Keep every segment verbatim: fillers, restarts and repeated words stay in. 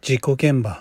事故現場。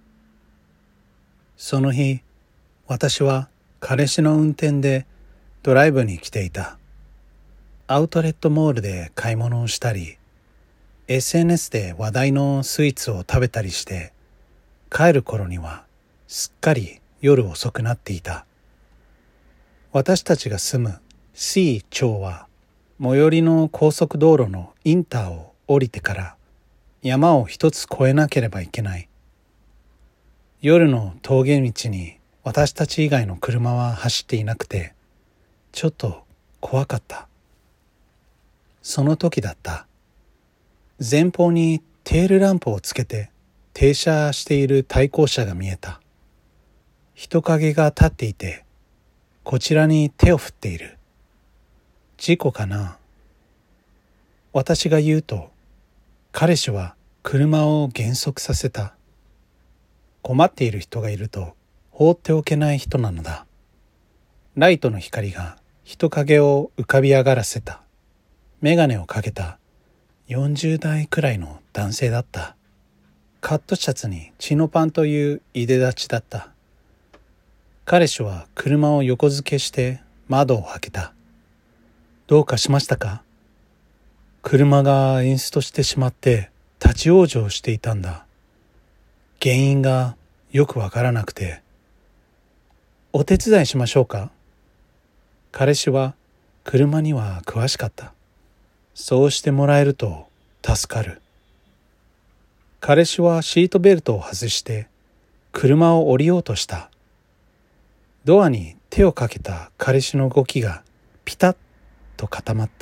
その日、私は彼氏の運転でドライブに来ていた。アウトレットモールで買い物をしたり、エスエヌエス で話題のスイーツを食べたりして、帰る頃にはすっかり夜遅くなっていた。私たちが住む C 町は、最寄りの高速道路のインターを降りてから山を一つ越えなければいけない。夜の峠道に私たち以外の車は走っていなくて、ちょっと怖かった。その時だった。前方にテールランプをつけて停車している対向車が見えた。人影が立っていて、こちらに手を振っている。事故かな？私が言うと、彼氏は車を減速させた。困っている人がいると放っておけない人なのだ。ライトの光が人影を浮かび上がらせた。メガネをかけたよんじゅう代くらいの男性だった。カットシャツにチノパンといういで立ちだった。彼氏は車を横付けして窓を開けた。どうかしましたか？車がエンストしてしまって立ち往生していたんだ。原因がよくわからなくて。お手伝いしましょうか？彼氏は車には詳しかった。そうしてもらえると助かる。彼氏はシートベルトを外して車を降りようとした。ドアに手をかけた彼氏の動きがピタッと固まった。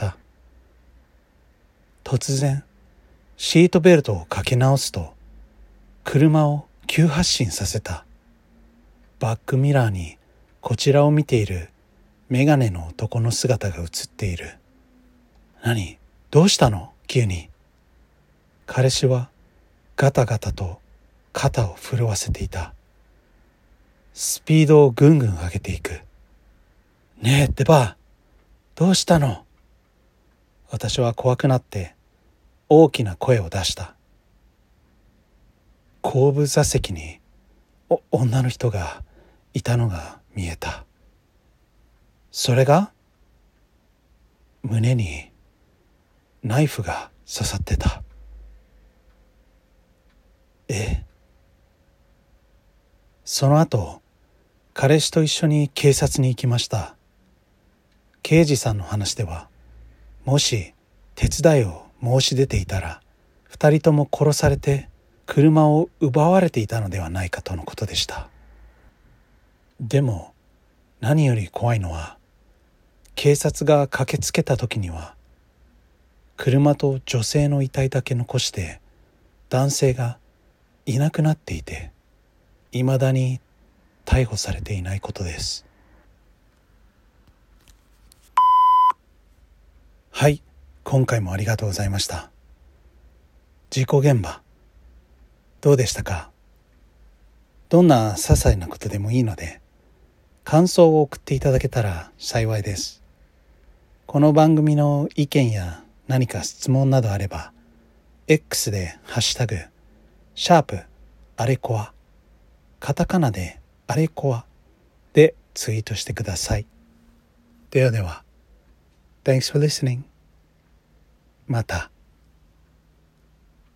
突然、シートベルトをかけ直すと、車を急発進させた。バックミラーにこちらを見ているメガネの男の姿が映っている。何？どうしたの？急に。彼氏はガタガタと肩を震わせていた。スピードをぐんぐん上げていく。ねえ、デバー、どうしたの？私は怖くなって大きな声を出した。後部座席にお女の人がいたのが見えた。それが胸にナイフが刺さってた。え？その後、彼氏と一緒に警察に行きました。刑事さんの話では、もし手伝いを申し出ていたら、二人とも殺されて車を奪われていたのではないかとのことでした。でも何より怖いのは、警察が駆けつけた時には、車と女性の遺体だけ残して男性がいなくなっていて、いまだに逮捕されていないことです。はい、今回もありがとうございました。事故現場、どうでしたか？どんな些細なことでもいいので、感想を送っていただけたら幸いです。この番組の意見や何か質問などあれば、X でハッシュタグ、シャープ、あれこわ、カタカナであれこわでツイートしてください。ではでは、Thanks for listening. また。